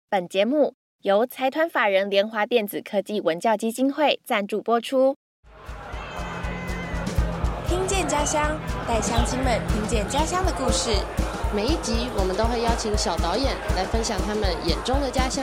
本节目由财团法人联华电子科技文教基金会赞助播出。 听见家乡，带乡亲们听见家乡的故事。 每一集我们都会邀请小导演来分享他们眼中的家乡。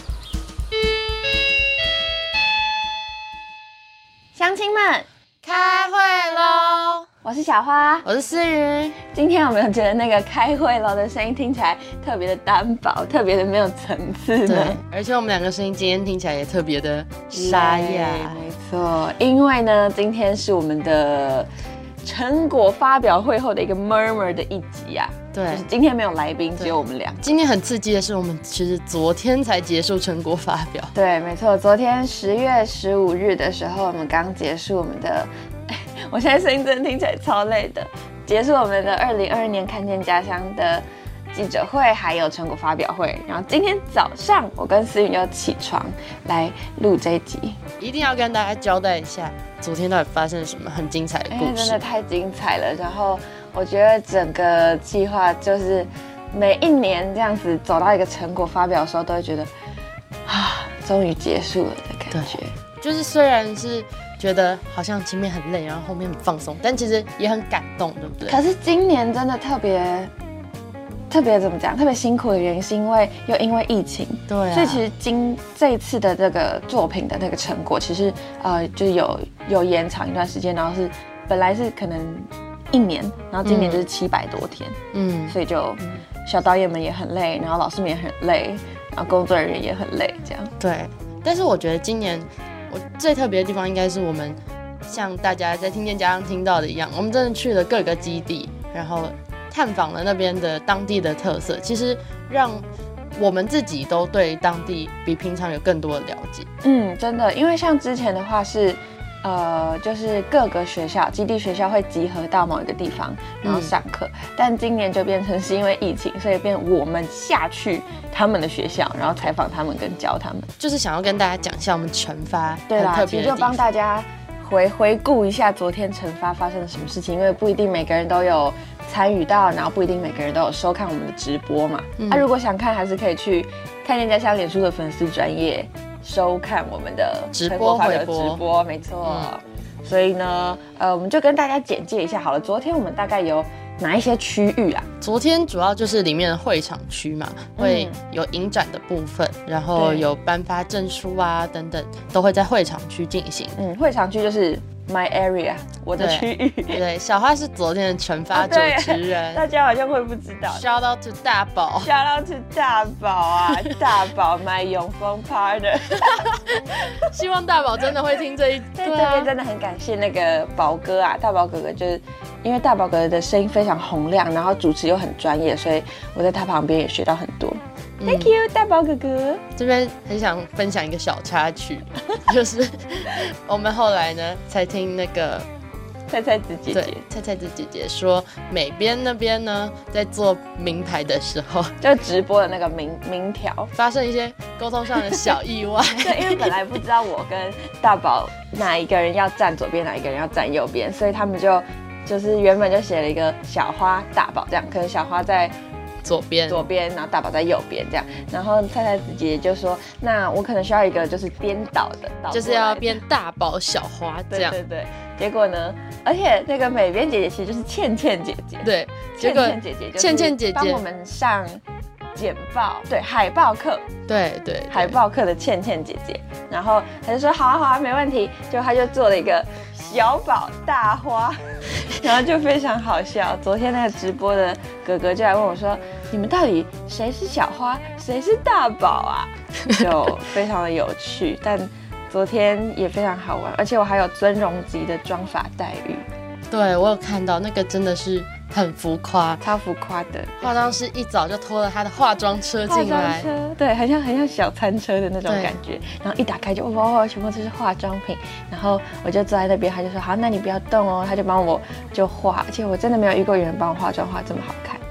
乡亲们， 开会咯！ 我是小花， 我是思雨。 今天有没有觉得那个开会咯的声音听起来特别的单薄，特别的没有层次呢？ 对，而且我们两个声音今天听起来也特别的沙哑。 没错，因为呢，今天是我们的成果发表会后的一个 murmur 的一集啊。 对， 就是今天没有来宾，只有我们俩。 今天很刺激的是，我们其实昨天才结束成果发表。 对，没错，昨天10月15日的时候，我们刚结束我们的，我现在声音真的听起来超累的，结束我们的2022年看见家乡的记者会，还有成果发表会。然后今天早上，我跟思雨又起床来录这一集， 一定要跟大家交代一下，昨天到底发生了什么很精彩的故事。 真的太精彩了。然后我觉得整个计划就是每一年这样子走到一个成果发表的时候，都会觉得啊，终于结束了的感觉。 就是虽然是觉得好像前面很累，然后后面很放松，但其实也很感动，对不对？ 可是今年真的特别怎么讲？特别辛苦的原因是因为疫情， 对啊， 所以其实这一次的这个作品的那个成果，其实就是有延长一段时间，然后是本来是可能1年，然后今年就是700多天，所以就小导演们也很累，然后老师们也很累，然后工作人员也很累，这样。 对，但是我觉得今年我最特别的地方应该是我们像大家在听见家乡听到的一样，我们真的去了各个基地，然后探访了那边的当地的特色，其实让我们自己都对当地比平常有更多的了解。 真的，因为像之前的话是就是各个学校基地学校会集合到某一个地方然后上课，但今年就变成是因为疫情，所以变我们下去他们的学校，然后采访他们跟教他们， 就是想要跟大家讲一下我们惩罚对啦， 很特别的地方， 其实就帮大家回顾一下昨天惩罚发生了什么事情，因为不一定每个人都有参与到，然后不一定每个人都有收看我们的直播嘛。如果想看，还是可以去看见家乡脸书的粉丝专页收看我们的直播回播， 直播没错。所以呢，我们就跟大家简介一下好了。昨天我们大概有哪一些区域啊？ 昨天主要就是里面的会场区嘛，会有影展的部分，然后有颁发证书啊等等，都会在会场区进行。 会场区就是 my area， 我的区域。 对，小花是昨天的惩罚主持人， 大家好像会不知道。 Shout out to 大宝 ，Shout out to 大宝啊，大宝 my 永丰 partner。 希望大宝真的会听这一。 在这边真的很感谢那个宝哥啊，大宝哥哥就是因为大宝哥哥的声音非常洪亮，然后主持又很专业，所以我在他旁边也学到很多。Thank you， 大宝哥哥。 这边很想分享一个小插曲，就是我们后来呢才听那个菜菜子姐姐， 对，菜菜子姐姐说，美编那边呢在做名牌的时候， 就直播的那个名条发生一些沟通上的小意外。 对，因为本来不知道我跟大宝哪一个人要站左边，哪一个人要站右边，所以他们就是原本就写了一个小花大宝这样，可能小花在左边， 然后大宝在右边这样，然后菜菜子姐姐就说，那我可能需要一个就是颠倒的， 就是要变大宝小花这样。 对。结果呢，而且那个美编姐姐其实就是倩倩姐姐， 对， 倩倩姐姐就是帮我们上简报，对，海报课， 对， 海报课的倩倩姐姐，然后她就说好啊，没问题，就她就做了一个小宝大花，然后就非常好笑。昨天那个直播的哥哥就来问我说，你们到底谁是小花，谁是大宝啊？就非常的有趣，但昨天也非常好玩，而且我还有尊荣级的妆发待遇。 对，我有看到那个真的是很浮夸， 超浮夸的。 化妆师一早就拖了他的化妆车进来， 对，很像小餐车的那种感觉。然后一打开就哇，全部都是化妆品。然后我就坐在那边，他就说好，那你不要动哦，他就帮我就化，而且我真的没有遇过有人帮我化妆化这么好看。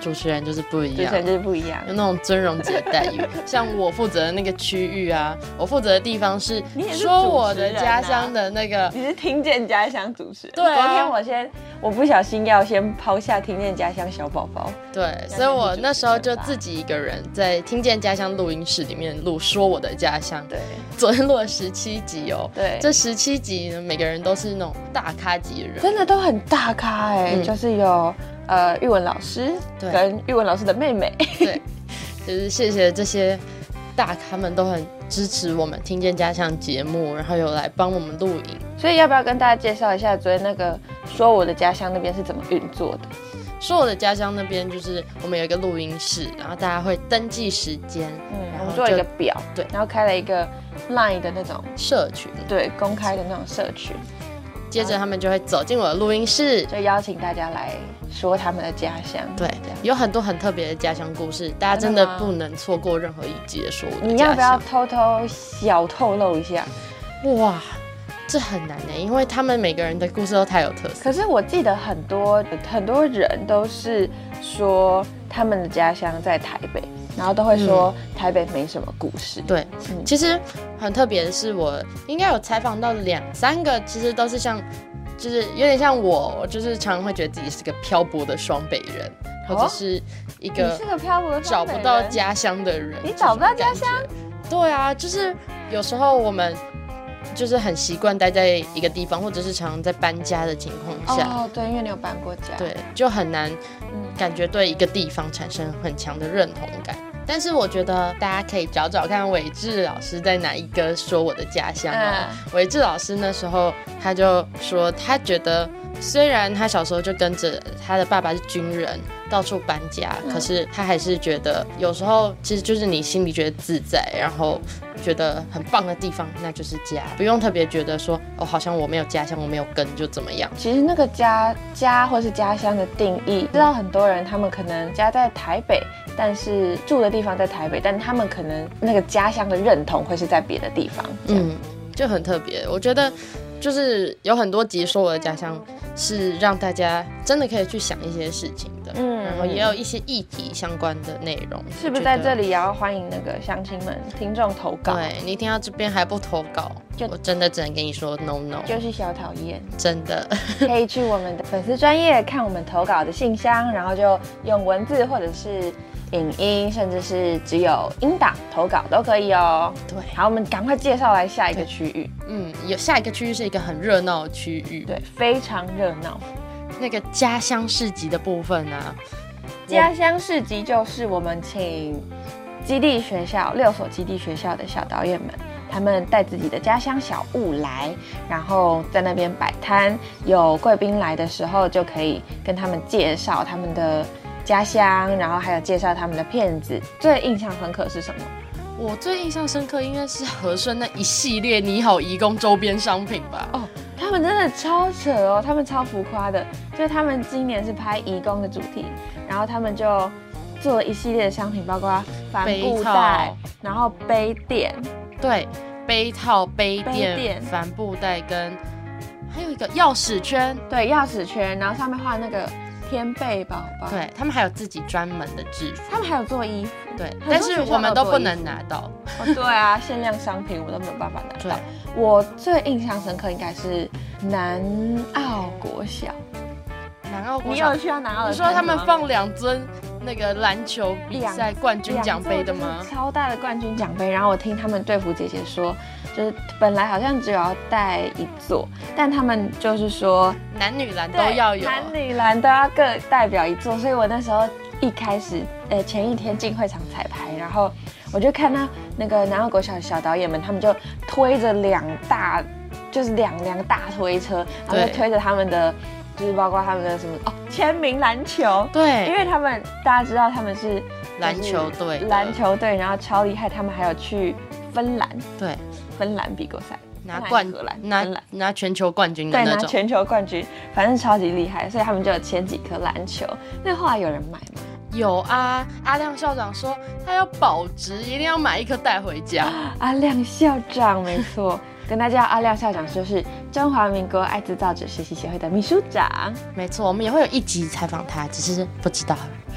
主持人就是不一样， 主持人就是不一样， 有那种尊荣级的待遇。像我负责的那个区域啊，我负责的地方是说我的家乡的那个， 你是听见家乡主持人。 对啊， 昨天我不小心要先抛下听见家乡小宝宝。 对，所以我那时候就自己一个人在听见家乡录音室里面录说我的家乡。 对， 昨天录了17集哦。 对， 这17集呢，每个人都是那种大咖级的人， 真的都很大咖哎，就是有玉文老师跟玉文老师的妹妹。 对，就是谢谢这些大咖们都很支持我们听见家乡节目，然后有来帮我们录影。 所以要不要跟大家介绍一下昨天那个说我的家乡那边是怎么运作的？ 说我的家乡那边就是我们有一个录音室，然后大家会登记时间， 我们做了一个表， 对， 然后开了一个 LINE 的那种社群， 对，公开的那种社群。 接着他们就会走进我的录音室， 就邀请大家来说他们的家乡。 对，有很多很特别的家乡故事，大家真的不能错过任何一集的说我的家乡。 你要不要偷偷小透露一下？ 哇，这很难欸，因为他们每个人的故事都太有特色。 可是我记得很多人都是说他们的家乡在台北，然后都会说台北没什么故事。 对，其实很特别的是，我应该有采访到2、3个，其实都是像，就是有点像我就是常常会觉得自己是个漂泊的双北人，或者是一个你是个漂泊的找不到家乡的人。 你找不到家乡？ 对啊，就是有时候我们就是很习惯待在一个地方，或者是常常在搬家的情况下。 哦，对，因为你有搬过家。 对，就很难感觉对一个地方产生很强的认同感。但是我觉得大家可以找找看伟志老师在哪一个说我的家乡哦。伟志老师那时候他就说，他觉得虽然他小时候就跟着他的爸爸是军人到处搬家，可是他还是觉得有时候其实就是你心里觉得自在，然后觉得很棒的地方，那就是家，不用特别觉得说哦，好像我没有家乡，我没有根就怎么样。 其实那个家或是家乡的定义，知道很多人他们可能家在台北，但是住的地方在台北，但他们可能那个家乡的认同会是在别的地方。 就很特别。我觉得就是有很多集说我的家乡是让大家真的可以去想一些事情的，然后也有一些议题相关的内容。 是不是在这里也要欢迎那个乡亲们、听众投稿？ 对，你听到这边还不投稿，我真的只能跟你说 no， 就是小讨厌。 真的可以去我们的粉丝专页看我们投稿的信箱，然后就用文字或者是影音，甚至是只有音档投稿都可以哦。 对， 好，我们赶快介绍来下一个区域。 有下一个区域是一个很热闹的区域， 对，非常热闹。 那个家乡市集的部分啊， 家乡市集就是我们请基地学校6所基地学校的小导演们，他们带自己的家乡小物来，然后在那边摆摊，有贵宾来的时候就可以跟他们介绍他们的家乡，然后还有介绍他们的片子。最印象深刻是什么？ 我最印象深刻应该是和顺那一系列你好移工周边商品吧。 哦，他们真的超扯哦，他们超浮夸的，就是他们今年是拍移工的主题，然后他们就做了一系列的商品，包括帆布袋，然后杯垫， 对，杯套、杯垫、帆布袋跟还有一个钥匙圈， 对，钥匙圈，然后上面画那个天贝宝宝， 对他们还有自己专门的制服， 他们还有做衣服， 对，但是我们都不能拿到。 哦，对啊，限量商品我都没有办法拿到。我最印象深刻应该是南澳国小。 南澳国小， 你有去到南澳的？ 你说他们放2尊那个篮球比赛冠军奖杯的吗？ 超大的冠军奖杯。然后我听他们队服姐姐说，就是本来好像只有要带1座，但他们就是说男女篮都要有， 男女篮都要各代表1座。所以我那时候一开始，前一天进会场彩排，然后我就看到那个南澳国小的小导演们，他们就推着2辆大推车，然后就推着他们的。就是包括他们的什么签名篮球， 对， 因为他们大家知道他们是篮球队， 然后超厉害，他们还有去芬兰， 对， 芬兰比过赛， 拿全球冠军的那种， 对，拿全球冠军，反正超级厉害，所以他们就有签几颗篮球。那后来有人买吗？ 有啊，阿亮校长说他要保值，一定要买1颗带回家。 阿亮校长，没错。跟大家阿亮校长就是中华民国爱制造者学习协会的秘书长， 没错，我们也会有1集采访他，只是不知道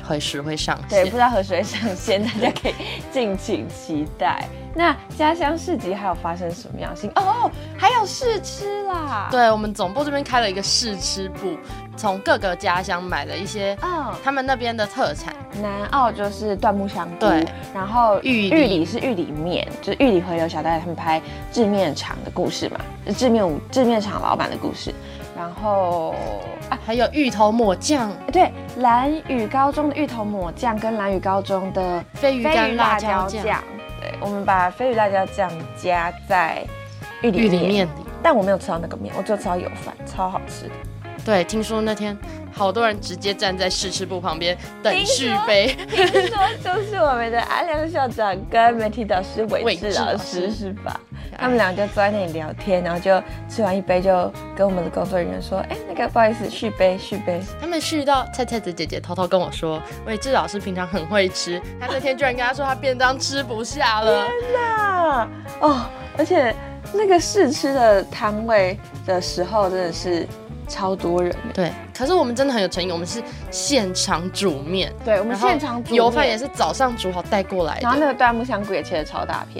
何时会上对， 线。 不知道何时会上线，大家可以敬请期待。那家乡市集还有发生什么样的事情？哦，还有试吃啦。 对，我们总部这边开了一个试吃部，从各个家乡买了一些他们那边的特产。 南澳就是椴木香菇， 对， 然后玉里是玉里面，就是玉里回流小导演他们拍制面厂的故事嘛，制面厂老板的故事。然后还有芋头抹酱， 对，兰屿高中的芋头抹酱跟兰屿高中的鲱鱼干辣椒酱， 对，我们把鲱鱼辣椒酱加在玉里面里，但我没有吃到那个面，我只有吃到油饭，超好吃的。 对，听说那天好多人直接站在试吃部旁边等续杯。 听说就是我们的阿亮校长跟媒体导师韦志老师是吧？他们俩就坐在那里聊天，然后就吃完一杯，就跟我们的工作人员说：“哎，那个不好意思，续杯。” 他们续到菜菜子姐姐偷偷跟我说，韦志老师平常很会吃，他那天居然跟他说他便当吃不下了。 天哪！哦，而且那个试吃的摊位的时候真的是超多人。 对，可是我们真的很有诚意，我们是现场煮面。 对，我们现场煮面， 油饭也是早上煮好带过来的， 然后那个椴木香菇也切得超大片。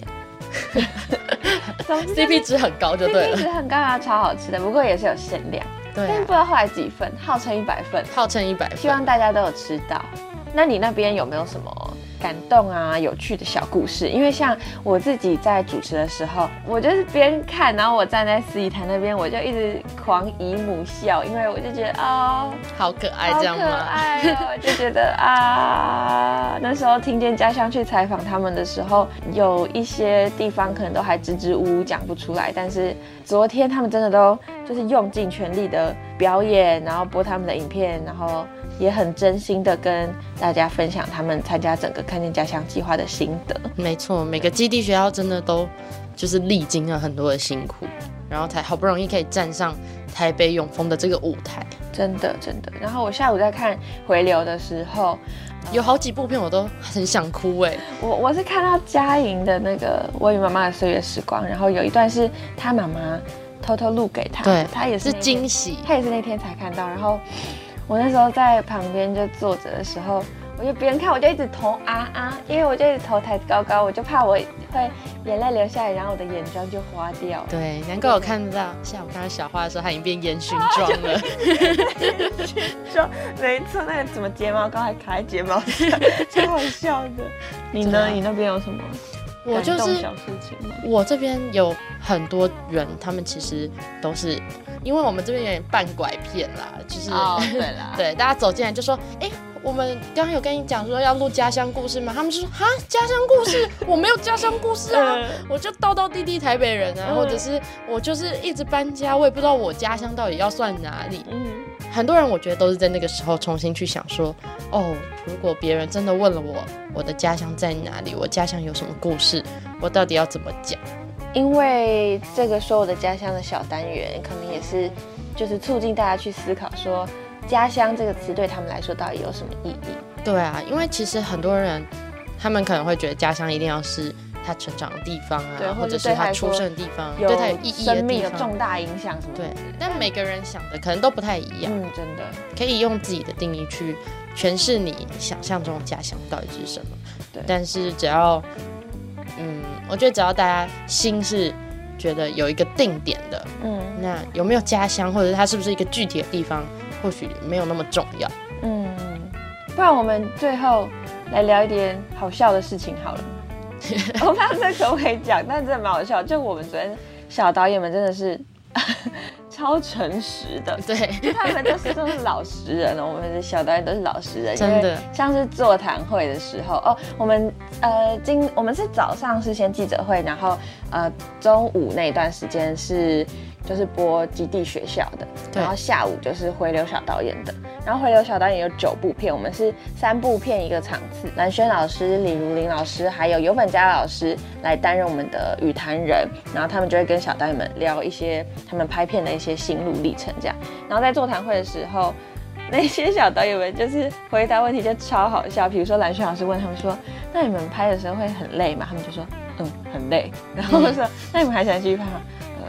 CP 值很高就对了， CP 值很高啊，超好吃的，不过也是有限量， 对、 但不知道后来几份，号称100份，希望大家都有吃到。那你那边有没有什么感动啊、有趣的小故事？因为像我自己在主持的时候，我就是边看，然后我站在司仪台那边，我就一直狂姨母笑，因为我就觉得好可爱，这样吗？ 好可爱哦，就觉得那时候听见家乡去采访他们的时候，有一些地方可能都还支支吾吾讲不出来，但是昨天他们真的都就是用尽全力的表演，然后播他们的影片，然后也很真心的跟大家分享他们参加整个看见家乡计划的心得。 没错，每个基地学校真的都就是历经了很多的辛苦，然后才好不容易可以站上台北永丰的这个舞台。 真的。然后我下午在看回流的时候， 有好几部片我都很想哭哎。 我是看到嘉莹的那个《我与妈妈的岁月时光》，然后有一段是她妈妈偷偷录给她， 对， 她也是惊喜， 她也是那天才看到。然后我那时候在旁边就坐着的时候，我就边看我就一直头因为我就一直头抬高高，我就怕我会眼泪流下来，然后我的眼妆就花掉。 对，难怪我看到下午看到小花的时候，她已经变烟熏妆了。 烟熏妆，没错，那个怎么睫毛膏还卡在睫毛上，超好笑的。你呢？你那边有什么感动小事情吗？ 我这边有很多人，他们其实都是因为我们这边有点半拐骗啦，就是对啦， 对，大家走进来就说，我们刚刚有跟你讲说要录家乡故事吗？他们就说家乡故事，我没有家乡故事啊，我就道地地台北人啊，或者是我就是一直搬家，我也不知道我家乡到底要算哪里。很多人我觉得都是在那个时候重新去想说，如果别人真的问了我的家乡在哪里，我家乡有什么故事，我到底要怎么讲？ 因为这个说我的家乡的小单元，可能也是就是促进大家去思考说，家乡这个词对他们来说到底有什么意义？ 对啊，因为其实很多人他们可能会觉得家乡一定要是他成长的地方啊，或者是他出生的地方，对他有意义的地方， 生命有重大影响什么的。 对，但每个人想的可能都不太一样。 真的可以用自己的定义去诠释你想象中的家乡到底是什么。 对， 但是只要我觉得只要大家心是觉得有一个定点的，那有没有家乡，或者它是不是一个具体的地方，或许没有那么重要。 不然我们最后来聊一点好笑的事情好了。我不知道这可不可以讲，但真的蛮好笑。就我们昨天小导演们真的是超诚实的， 对， 他们都是老实人了。我们的小导演都是老实人， 真的。 像是座谈会的时候，我们是早上是先记者会，然后中午那一段时间就是播基地学校的，然后下午就是回流小导演的。然后回流小导演有9部片，我们是3部片一个场次，蓝轩老师、李如林老师还有尤本佳老师来担任我们的语坛人，然后他们就会跟小导演们聊一些他们拍片的一些心路历程这样。然后在座谈会的时候，那些小导演们就是回答问题就超好笑，比如说蓝轩老师问他们说，那你们拍的时候会很累吗？他们就说很累。然后我说那你们还想继续拍吗？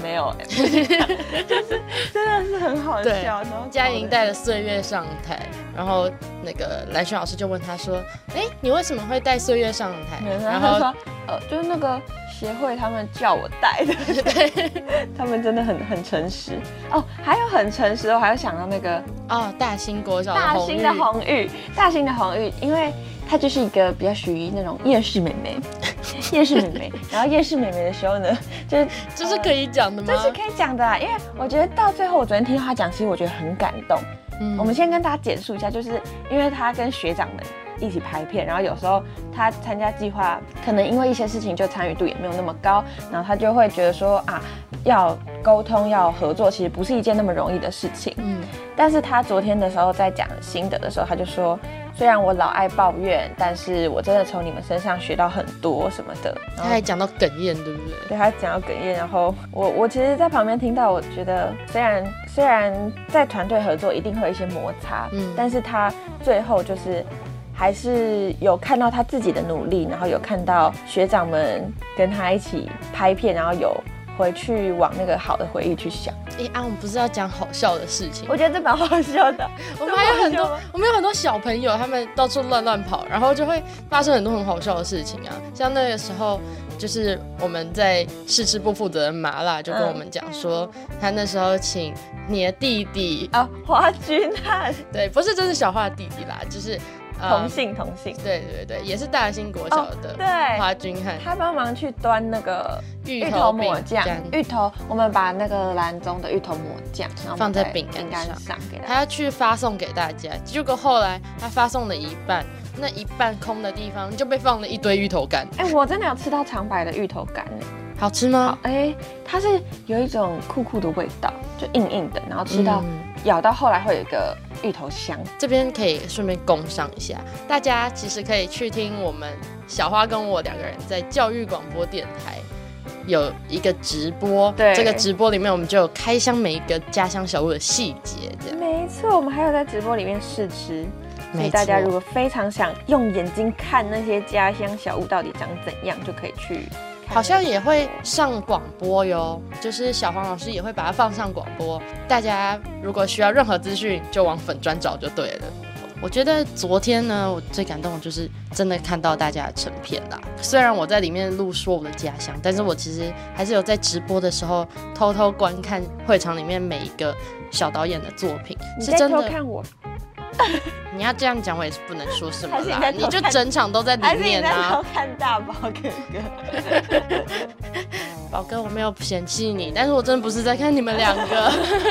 没有就是真的是很好笑。然后嘉莹带了岁月上台，然后那个蓝轩老师就问他说：“你为什么会带岁月上台？” 然后他说：“就是那个协会他们叫我带的。”对，他们真的很诚实哦。还有很诚实，我还有想到那个大兴国小的大兴的红玉，因为她就是一个比较属于那种夜市妹妹，然后夜市妹妹的时候呢， 这是可以讲的吗？ 这是可以讲的因为我觉得到最后，我昨天听到她讲，其实我觉得很感动。我们先跟大家简述一下，就是因为她跟学长们一起拍片，然后有时候她参加计划，可能因为一些事情就参与度也没有那么高，然后她就会觉得说要沟通要合作，其实不是一件那么容易的事情。但是她昨天的时候在讲心得的时候，她就说，虽然我老爱抱怨，但是我真的从你们身上学到很多什么的。 他还讲到哽咽，对不对？ 对，他讲到哽咽，然后我其实在旁边听到，我觉得虽然在团队合作一定会有一些摩擦，但是他最后就是还是有看到他自己的努力，然后有看到学长们跟他一起拍片，然后有回去往那个好的回忆去想。 我们不是要讲好笑的事情？ 我觉得这蛮好笑的。 我们有很多小朋友，他们到处乱跑，然后就会发生很多很好笑的事情啊。像那个时候，就是我们在试吃部负责人麻辣就跟我们讲说，他那时候请你的弟弟华君汉， 对，不是真是小花的弟弟啦，就是同姓， 对，也是大兴国小的华君汉， 他帮忙去端那个芋头抹酱，我们把那个兰宗的芋头抹酱，然后放在饼干上给他要去发送给大家。结果后来他发送了一半，那一半空的地方就被放了一堆芋头干。 我真的有吃到长白的芋头干好吃吗？ 它是有一种酷的味道，就硬硬的，然后吃到咬到后来会有一个芋头香。这边可以顺便工商一下，大家其实可以去听我们小花跟我两个人在教育广播电台有一个直播，这个直播里面我们就有开箱每一个家乡小物的细节，这样。没错，我们还有在直播里面试吃。所以大家如果非常想用眼睛看那些家乡小物到底长怎样，就可以去。好像也会上广播哟，就是小黄老师也会把它放上广播。大家如果需要任何资讯，就往粉专找就对了。我觉得昨天呢，我最感动的就是真的看到大家的成片啦。虽然我在里面录说我的家乡，但是我其实还是有在直播的时候偷偷观看会场里面每一个小导演的作品。你在偷看我？你要这样讲，我也是不能说什么啦。你就整场都在里面啊！还是你在偷看大宝哥哥？宝哥，我没有嫌弃你，但是我真的不是在看你们两个。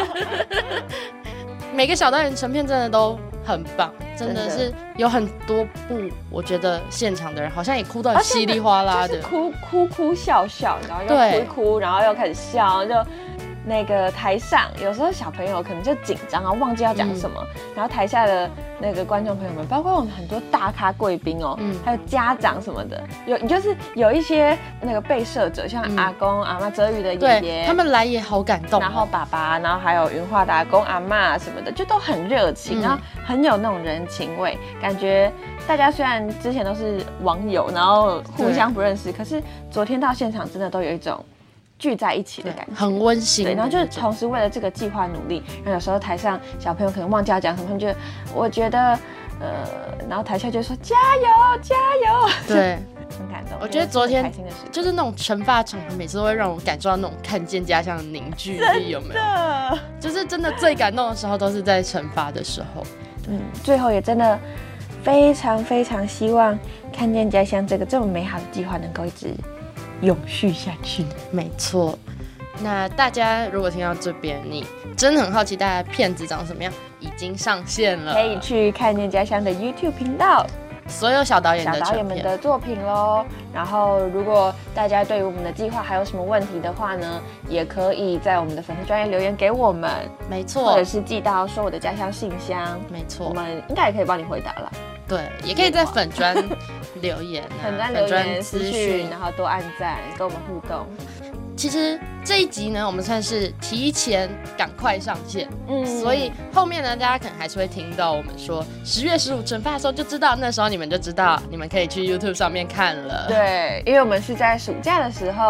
每个小导演成片真的都很棒，真的是有很多部，我觉得现场的人好像也哭到很稀里哗啦的，就是哭笑，然后又哭哭，然后又开始笑，就。那个台上有时候小朋友可能就紧张啊，忘记要讲什么，然后台下的那个观众朋友们，包括我们很多大咖贵宾还有家长什么的，就是有一些那个被摄者，像阿公、阿嬷、泽宇的爷爷，他们来也好感动，然后爸爸，然后还有云化的阿公阿嬷什么的，就都很热情，然后很有那种人情味，感觉大家虽然之前都是网友，然后互相不认识，可是昨天到现场真的都有一种聚在一起的感觉，很温馨。对，然后就是同时为了这个计划努力。然后有时候台上小朋友可能忘记要讲什么，他们就我觉得然后台下就说加油加油，对，很感动。我觉得昨天就是那种惩罚场合，每次都会让我感受到那种看见家乡的凝聚力，有没有？就是真的最感动的时候都是在惩罚的时候。最后也真的非常非常希望看见家乡这么美好的计划能够一直永续下去。没错。那大家如果听到这边，你真的很好奇大家的片子长什么样，已经上线了，可以去看见家乡的 YouTube 频道，所有小导演们的作品咯。然后如果大家对于我们的计划还有什么问题的话呢，也可以在我们的粉丝专页留言给我们，没错，或者是寄到说我的家乡信箱，没错，我们应该也可以帮你回答了。对，也可以在粉专留言粉专留言私讯，然后多按赞跟我们互动。其实这一集呢，我们算是提前赶快上线，所以后面呢，大家可能还是会听到我们说10月15惩罚的时候就知道，那时候你们就知道，你们可以去 YouTube 上面看了。对，因为我们是在暑假的时候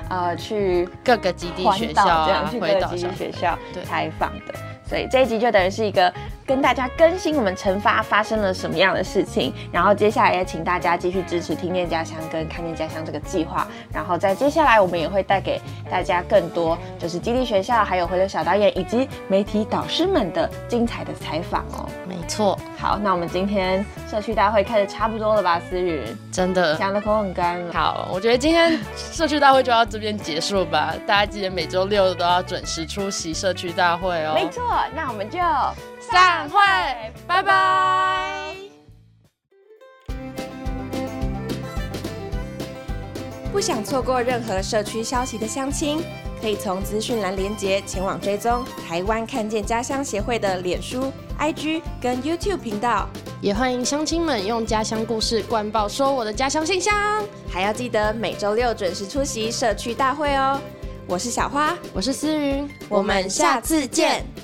去各个基地学校这样去各个基地学校采访的。所以这一集就等于是一个跟大家更新我们成发发生了什么样的事情，然后接下来也请大家继续支持听见家乡跟看见家乡这个计划，然后在接下来我们也会带给大家更多就是基地学校还有回流小导演以及媒体导师们的精彩的采访哦。 没错。 好，那我们今天社区大会开得差不多了吧？思雨真的讲的口很干了。 好，我觉得今天社区大会就到这边结束吧，大家记得每周六都要准时出席社区大会哦。 没错，那我们就散会，拜拜。 不想错过任何社区消息的乡亲，可以从资讯栏连结前往追踪台湾看见家乡协会的脸书、IG 跟 YouTube 频道， 也欢迎乡亲们用家乡故事灌爆说我的家乡信箱， 还要记得每周六准时出席社区大会哦。我是小花， 我是思云， 我们下次见。